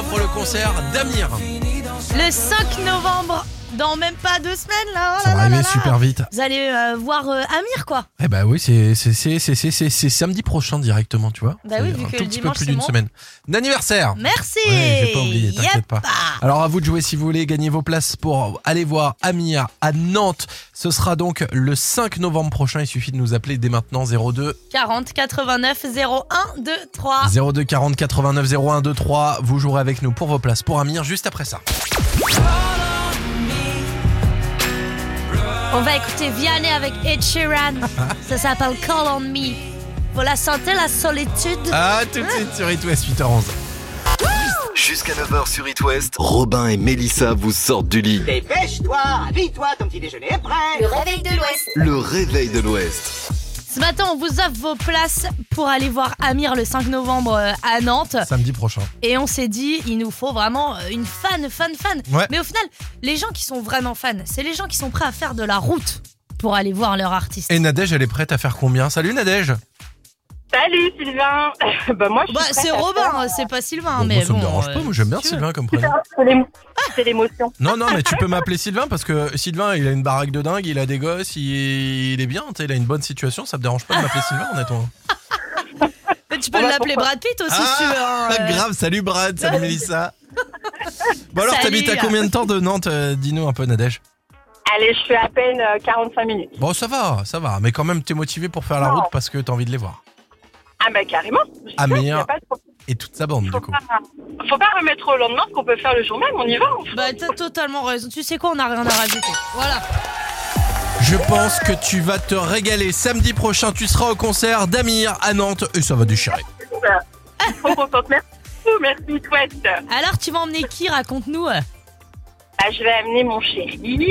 pour le concert d'Amir. Le cinq novembre, dans même pas deux semaines là. Oh Ça là va là arriver là là. super vite. Vous allez euh, voir euh, Amir quoi. Eh bah oui, c'est, c'est, c'est, c'est, c'est, c'est, c'est samedi prochain directement, tu vois. Bah C'est oui, vu un que tout le petit peu dimanche, plus c'est d'une mon. semaine. D'anniversaire. Merci. Ouais, j'ai pas oublié, t'inquiète Yep. pas. Alors à vous de jouer si vous voulez gagner vos places pour aller voir Amir à Nantes. Ce sera donc le cinq novembre prochain. Il suffit de nous appeler dès maintenant zéro deux quarante quatre-vingt-neuf zéro un deux trois. zéro deux quarante quatre-vingt-neuf zéro un deux trois. Vous jouerez avec nous pour vos places pour Amir juste après ça. On va écouter Vianney avec Ed Sheeran. Ça s'appelle Call on Me. Vous la sentez la solitude? Ah, tout de suite sur It West, huit heures onze. Jusqu'à neuf heures sur It West, Robin et Mélissa vous sortent du lit. Dépêche-toi, habille-toi, ton petit déjeuner est prêt. Le réveil de l'Ouest. Le réveil de l'Ouest. Ce matin, on vous offre vos places pour aller voir Amir le cinq novembre euh, à Nantes. Samedi prochain. Et on s'est dit, il nous faut vraiment euh, une fan, fan, fan. Ouais. Mais au final, les gens qui sont vraiment fans, c'est les gens qui sont prêts à faire de la route pour aller voir leur artiste. Et Nadège, elle est prête à faire combien? Salut Nadège. Salut Sylvain. Bah moi je suis Bah, prête c'est à Robin, faire- c'est pas Sylvain. Bon, mais moi, ça bon, me dérange pas, euh, moi j'aime bien si tu Sylvain comme prénom. C'est l'émo- c'est l'émotion. Non, non, mais tu peux m'appeler Sylvain parce que Sylvain, il a une baraque de dingue, il a des gosses, il, il est bien, tu sais, il a une bonne situation, ça me dérange pas de m'appeler Sylvain, honnêtement. Mais tu peux Ah bah, l'appeler pourquoi Brad Pitt aussi si tu veux. hein, euh. grave, salut Brad, salut Mélissa. Bon alors, Salut. t'habites à combien de temps de Nantes? euh, Dis-nous un peu, Nadège. Allez, je fais à peine euh, quarante-cinq minutes. Bon, ça va, ça va, mais quand même, t'es motivé pour faire la Non. route parce que t'as envie de les voir. Ah bah carrément. Je sais, Amir. y a pas de problème. Et toute sa bande, Faut du coup. pas, faut pas remettre au lendemain ce qu'on peut faire le jour même, on y va. on fait- Bah, t'as totalement raison. Tu sais quoi, on n'a rien à rajouter. Voilà. Je pense que tu vas te régaler. Samedi prochain, tu seras au concert d'Amir à Nantes et ça va déchirer. Super. Trop contente. Merci beaucoup, merci Twist. Alors, tu vas emmener qui? Raconte-nous. Bah, je vais amener mon chéri.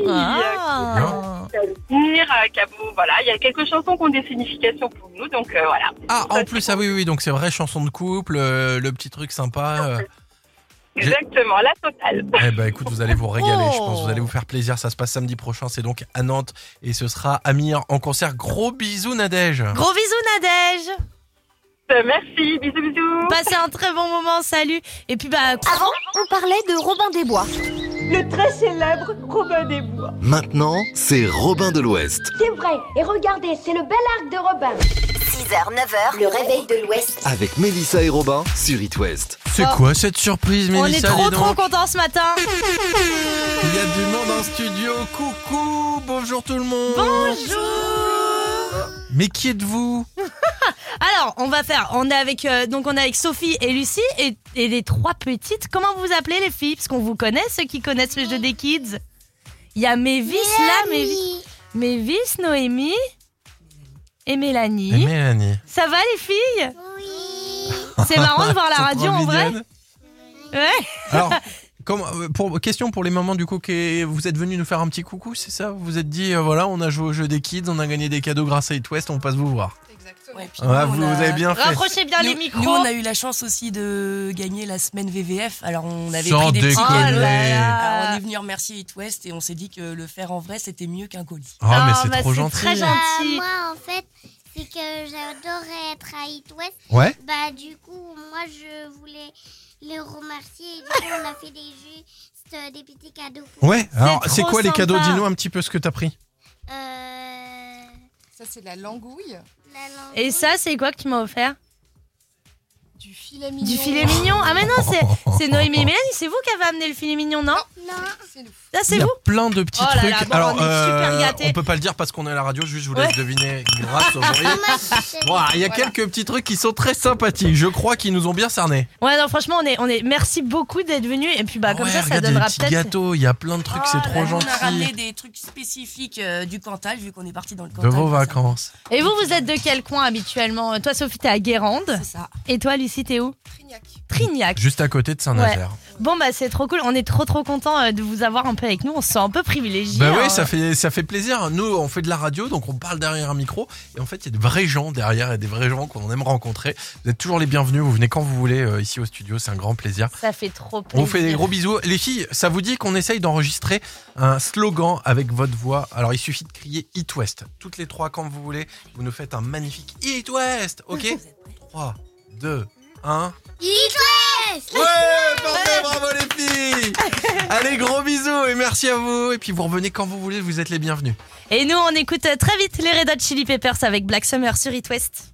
Ah. euh, qui va venir, euh, qui a beau- voilà, il y a quelques chansons qui ont des significations pour nous, donc euh, voilà. Ah, en plus, ah oui, oui, donc c'est vrai, chanson de couple, euh, le petit truc sympa. euh. Exactement, la totale. Eh ben écoute, vous allez vous régaler, Oh. je pense, vous allez vous faire plaisir. Ça se passe samedi prochain, c'est donc à Nantes et ce sera Amir en concert. Gros bisous Nadège. Gros bisous, Nadège. Euh, Merci, bisous, bisous. Passez un très bon moment, salut. Et puis, bah, Avant, on parlait de Robin des Bois. Le très célèbre Robin des Bois. Maintenant, c'est Robin de l'Ouest. C'est vrai. Et regardez, c'est le bel arc de Robin. six heures, neuf heures, le réveil de l'Ouest. Avec Mélissa et Robin sur It West. C'est Oh. quoi cette surprise, on est Mélissa? trop dis trop donc. contents ce matin. Il y a du monde en studio. Coucou, bonjour tout le monde. Bonjour. Mais qui êtes-vous? Alors, on va faire, on est avec, euh, donc on est avec Sophie et Lucie et, et les trois petites. Comment vous appelez les filles? Parce qu'on vous connaît, ceux qui connaissent le jeu des kids. Il y a Mévis là, Mévis, Mévis, Noémie et Mélanie. Et Mélanie. Ça va les filles? Oui. C'est marrant de voir la C'est radio trop en vrai. mignonne. Ouais. Alors, comme, euh, pour, question pour les mamans du coup, qui- vous êtes venus nous faire un petit coucou, c'est ça? Vous vous êtes dit, euh, voilà, on a joué au jeu des kids, on a gagné des cadeaux grâce à It West, on passe vous voir. Ouais, puis Ouais, nous, vous, on a- vous avez bien fait. Rapprochez bien nous, les micros. Nous, on a eu la chance aussi de gagner la semaine V V F. Alors, on avait Sans pris des petits déconner. cadeaux. Oh là là. Alors, on est venu remercier It West et on s'est dit que le faire en vrai, c'était mieux qu'un colis. Oh, mais Ah, c'est bah, trop c'est gentil. très gentil. moi, en fait, c'est que j'adorais être à It West. Ouais. Bah, du coup, moi, je voulais les remercier. Et du coup, on a fait des jus, euh, des petits cadeaux. pour Ouais, alors trop c'est quoi les sympa. cadeaux? Dis-nous un petit peu ce que t'as pris. Euh, Ça, c'est de la langouille, la langue. Et ça, c'est quoi que tu m'as offert? du filet mignon. Du filet mignon. Ah mais non, c'est, c'est Noémie et Mélanie, c'est vous qui avez amené le filet mignon, non? Non. C'est nous. Ah, c'est Il y a vous? plein de petits Oh là trucs. là, bon, alors, on est super gâtés. on peut pas le dire parce qu'on est à la radio, juste je vous Ouais. laisse deviner grâce au bruit. C'est- Bon, il y a Voilà. quelques petits trucs qui sont très sympathiques. Je crois qu'ils nous ont bien cernés. Ouais, non, franchement, on est, on est, merci beaucoup d'être venus. Et puis, bah, comme Ouais, ça, ça regarde, donnera des petits peut-être. gâteaux, il y a plein de trucs, Oh c'est là trop là, gentil. On a ramené des trucs spécifiques euh, du Cantal, vu qu'on est parti dans le De Cantal. vos vacances. Et vous, vous êtes de quel coin habituellement? Toi, Sophie, t'es à Guérande. C'est ça. Et toi, Lucie, t'es où? Trignac. Trignac. Juste à côté de Saint-Nazaire. Bon, bah, c'est trop cool. On est trop, trop contents de vous avoir un peu avec nous. On se sent un peu privilégiés. Bah oui, hein. ça fait, ça fait plaisir. Nous, on fait de la radio, donc on parle derrière un micro. Et en fait, il y a de vrais gens derrière et des vrais gens qu'on aime rencontrer. Vous êtes toujours les bienvenus. Vous venez quand vous voulez euh, ici au studio. C'est un grand plaisir. Ça fait trop On plaisir. vous fait des gros bisous. Les filles, ça vous dit qu'on essaye d'enregistrer un slogan avec votre voix? Alors, il suffit de crier It West. Toutes les trois, quand vous voulez, vous nous faites un magnifique It West. Ok? trois, deux, un. It West. Ouais, Allez, gros bisous et merci à vous. Et puis vous revenez quand vous voulez, vous êtes les bienvenus. Et nous, on écoute très vite les Red Hot Chili Peppers avec Black Summer sur It West.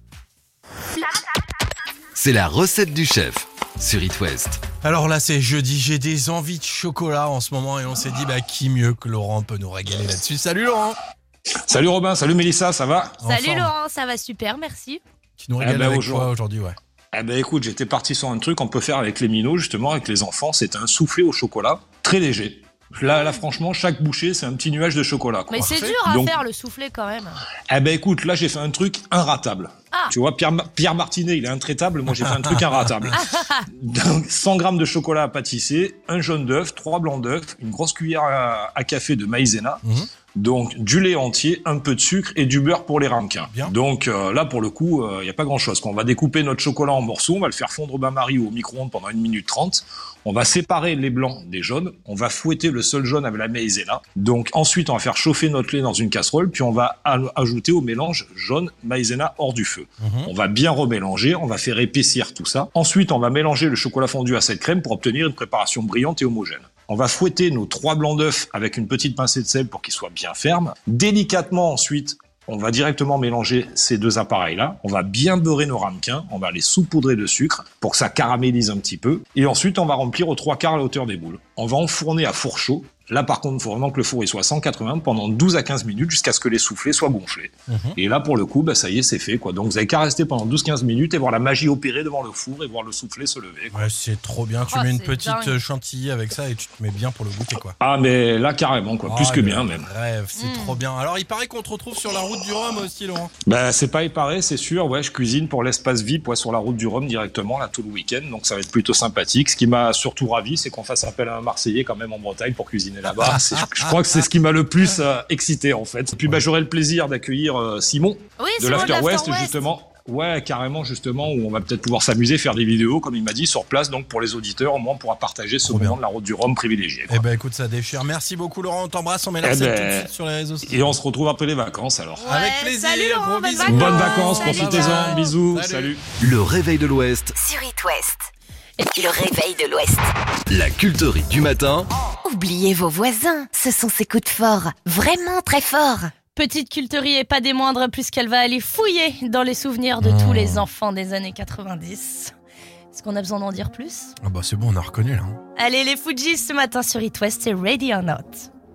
C'est la recette du chef sur It West. Alors là, c'est jeudi, j'ai des envies de chocolat en ce moment et on s'est dit, bah qui mieux que Laurent peut nous régaler là-dessus. Salut Laurent. Salut Robin, salut Mélissa, ça va? Salut Laurent, ça va super, merci. Tu nous régales eh ben, avec aujourd'hui. quoi aujourd'hui, ouais? Eh ben écoute, j'étais parti sur un truc qu'on peut faire avec les minots, justement, avec les enfants. C'est un soufflé au chocolat, très léger. Là, là, franchement, chaque bouchée, c'est un petit nuage de chocolat, quoi. Mais c'est Parfait. dur à Donc, faire le soufflé quand même. Eh ben écoute, là, j'ai fait un truc inratable. Ah. Tu vois, Pierre, Pierre Martinet, il est intraitable. Moi, j'ai fait un truc inratable. Donc, cent grammes de chocolat à pâtisser, un jaune d'œuf, trois blancs d'œuf, une grosse cuillère à, à café de maïzena. Mmh. Donc, du lait entier, un peu de sucre et du beurre pour les ramequins. Bien. Donc, euh, là, pour le coup, il euh, n'y a pas grand-chose. On va découper notre chocolat en morceaux, on va le faire fondre au bain-marie ou au micro-ondes pendant une minute trente. On va séparer les blancs des jaunes. On va fouetter le seul jaune avec la maïzena. Donc, ensuite, on va faire chauffer notre lait dans une casserole, puis on va ajouter au mélange jaune, maïzena hors du feu. Mmh. On va bien remélanger, on va faire épaissir tout ça. Ensuite, on va mélanger le chocolat fondu à cette crème pour obtenir une préparation brillante et homogène. On va fouetter nos trois blancs d'œufs avec une petite pincée de sel pour qu'ils soient bien fermes. Délicatement, ensuite, on va directement mélanger ces deux appareils-là. On va bien beurrer nos ramequins. On va les saupoudrer de sucre pour que ça caramélise un petit peu. Et ensuite, on va remplir aux trois quarts à la hauteur des boules. On va enfourner à four chaud. Là, par contre, il faut vraiment que le four il soit à cent quatre-vingts pendant douze à quinze minutes jusqu'à ce que les soufflets soient gonflés. Mmh. Et là, pour le coup, bah, ça y est, c'est fait, quoi. Donc, vous avez qu'à rester pendant douze à quinze minutes et voir la magie opérer devant le four et voir le soufflet se lever, quoi. Ouais, c'est trop bien. Tu oh, mets une petite dingue. chantilly avec ça et tu te mets bien pour le goûter, quoi. Ah, mais là, carrément, quoi. Oh, Plus que bien, même. Rêve, c'est mmh. trop bien. Alors, il paraît qu'on te retrouve sur la route du Rhum aussi, Laurent. Bah, c'est pas éparé, c'est sûr. Ouais, je cuisine pour l'espace V I P, ouais, sur la route du Rhum directement, là, tout le week-end. Donc, ça va être plutôt sympathique. Ce qui m'a surtout ravi, c'est qu'on fasse appel à un Marseillais, quand même, en Bretagne pour cuisiner là-bas. C'est, je crois que c'est ce qui m'a le plus euh, excité, en fait. Et puis, bah, j'aurai le plaisir d'accueillir euh, Simon, oui, de l'After West, justement. Ouais, carrément, justement, où on va peut-être pouvoir s'amuser, faire des vidéos, comme il m'a dit, sur place. Donc, pour les auditeurs, au moins, on pourra partager ce Trop moment bien. de la route du Rhum privilégié. Eh ben, écoute, ça déchire. Merci beaucoup, Laurent. On t'embrasse. On met la Eh recette ben, tout de suite sur les réseaux sociaux. Et on se retrouve après les vacances, alors. Ouais, Avec plaisir. salut, Laurent, gros bonnes bisous. vacances. Bonnes vacances, Salut, profitez-en. bye. Bisous, Salut. salut. Le réveil de l'Ouest, Sur It West. Le réveil de l'Ouest. la culterie du matin. Oubliez vos voisins, ce sont ces coups de fort, vraiment très forts. Petite culterie et pas des moindres puisqu'elle va aller fouiller dans les souvenirs de tous les enfants des années quatre-vingt-dix. Est-ce qu'on a besoin d'en dire plus? Ah bah c'est bon, on a reconnu là. Allez, les Fujis ce matin sur It West et Ready or Not.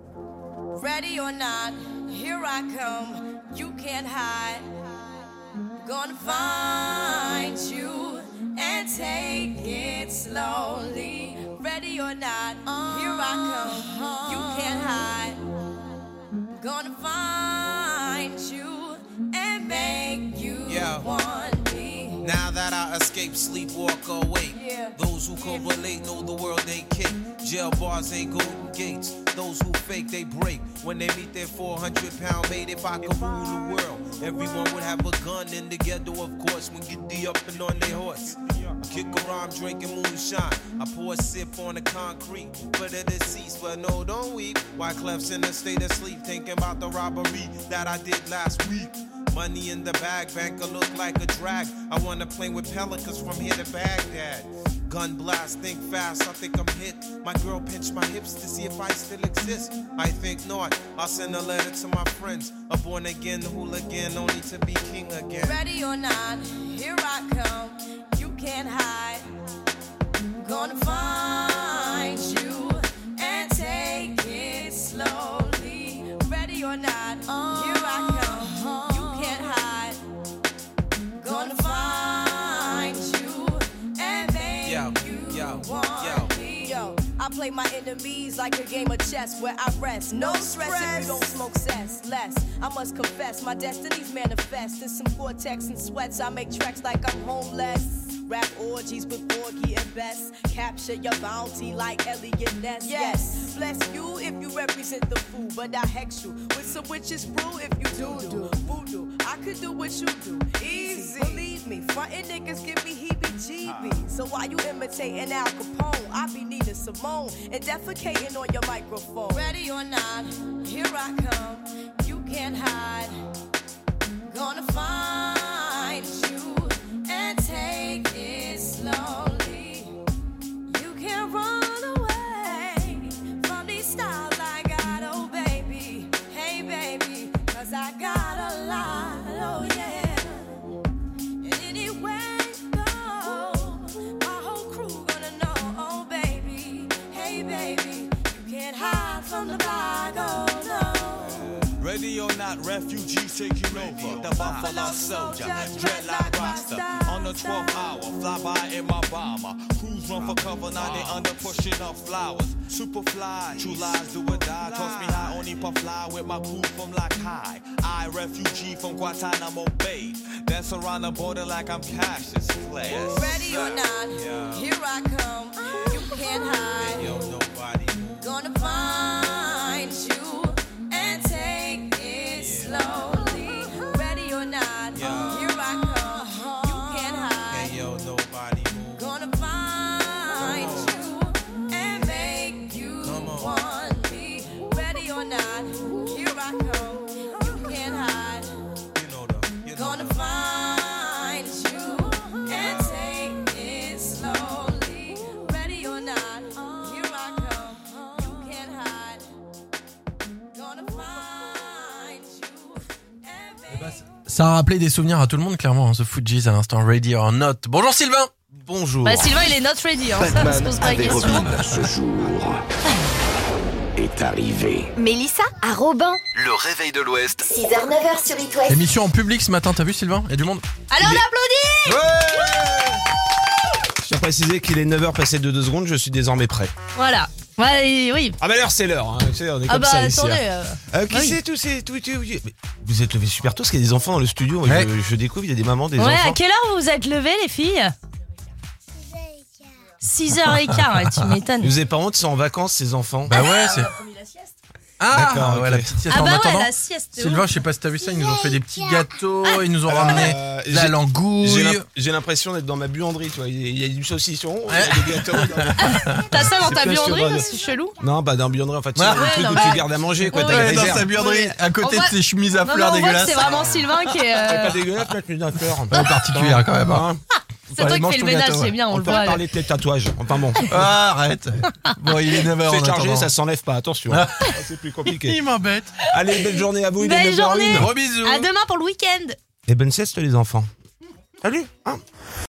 Ready or not, here I come. You can't hide. Gonna find you and take it slowly. Ready or not, here I come. You can't hide. Gonna find you and make you yeah. want me. Now that I escape, sleep, walk awake. Yeah. Those who correlate know the world ain't cake. Jail bars ain't golden gates. Those who fake, they break. When they meet their four hundred pound mate, if I could rule the world, everyone would have a gun in the ghetto, of course, when get the up and on their horse. I kick around drinking moonshine. I pour a sip on the concrete for the deceased, but no, don't weep. Why Clef's in a state of sleep, thinking about the robbery that I did last week. Money in the bag, banker look like a drag. I wanna play with pelicans from here to Baghdad. Gun blast, think fast, I think I'm hit. My girl pinched my hips to see if I still exist. I think not, I'll send a letter to my friends. A born again hooligan, only to be king again. Ready or not, here I come. You can't hide. Gonna find you and take it slowly. Ready or not, here I come. You can't hide. Gonna find you and make Yo, you yo, want yo. me. Yo, I play my enemies like a game of chess where I rest. No stress if you don't smoke cess. Less, I must confess, my destinies manifest. In some Gore-Tex and sweats, I make tracks like I'm homeless. Rap orgies with Borgie and Bess. Capture your bounty like Elliot Ness. Yes, bless you if you represent the fool, but I hex you with some witches brew if you do do voodoo. I could do what you do, easy. Believe me, frontin' niggas give me heebie-jeebies. So while you imitating Al Capone, I be Nina Simone and defecating on your microphone. Ready or not, here I come. You can't hide. Gonna find you and take it slowly. You can't run away from the block, oh no. Ready or not, refugees taking over. The Buffalo Soldier, dreadlock roster. On the twelfth hour, fly by in my bomber. Crews run for cover, now they under pushing up flowers. Super fly, true lies do or die. Toss me high, only puff fly with my crew from like high. I, refugee from Guantanamo Bay. Dance around the border like I'm Cassius Clay. Ready or not, Yeah. here I come. You can't hide. Yo, nobody. Gonna find you and take it slowly. Ready or not, Yeah. here I come. You can't hide. Hey, yo, nobody. Gonna find you and make you want me. Ready or not, here I come. You can't hide. Gonna find you and take it slowly. Ready or not, here I come. You can't hide. Gonna find you and make Ça a rappelé des souvenirs à tout le monde, clairement, hein, ce Fujis à l'instant, Ready or Not. Bonjour Sylvain. Bonjour. Bah Sylvain il est not ready, hein. Ça on se pose pas la question. Ce jour est arrivé. Mélissa à Robin. Le réveil de l'Ouest. six heures neuf heures sur It West. Émission en public ce matin, t'as vu Sylvain? Il y a du monde. Allez on applaudit. Je tiens à préciser qu'il est neuf heures passé de deux secondes, je suis désormais prêt. Voilà. Ouais, oui. Ah bah l'heure c'est l'heure, hein. Tu sais, on est Ah comme bah ça ici. attendez. hein. euh, Euh, qui bah oui. c'est tous ces tout, tout, tout- mais vous êtes levés super tôt parce qu'il y a des enfants dans le studio. Ouais. Je, je découvre, il y a des mamans, des Ouais, enfants. à quelle heure vous vous êtes levés les filles? six heures quinze, ouais, tu m'étonnes. Vous avez pas honte, ils sont en vacances ces enfants. Bah ouais, c'est. Ah, D'accord, ouais, ok. la petite sieste. Ah En bah ouais, attendant, la sieste. c'est Sylvain, ouf. je sais pas si t'as vu ça, ils nous ont fait des petits gâteaux, ils nous ont Euh, ramené j'ai- la J'ai langouille. l'im- j'ai l'impression d'être dans ma buanderie, tu vois. Il y a- il y a du saucisson, il y a des gâteaux. T'as ça dans C'est ta plein sur buanderie, Rhône. c'est chelou. Non, pas dans la buanderie, en fait, c'est Ouais, le truc non, où mais- tu gardes à manger, quoi. Ouais, T'as ouais, les dans réserves. sa buanderie, à côté On de voit- ses chemises à Non, mais fleurs on voit que dégueulasses. c'est vraiment Sylvain qui est. C'est euh, pas dégueulasse, là, tu as peur. Ouais, particulière quand même. hein. C'est toi qui fais le ménage, c'est bien, on On le peut voit. parler de tes tatouages. Enfin bon. Ah, arrête. Bon, il est neuf heures. C'est en chargé, attendant. ça s'enlève pas, attention. Ah. C'est plus compliqué. Il m'embête. Allez, belle journée à vous, il est Belle neuf heures zéro un. journée. Gros bisous. À demain pour le week-end. Et bonne sieste les enfants. Salut. Hein.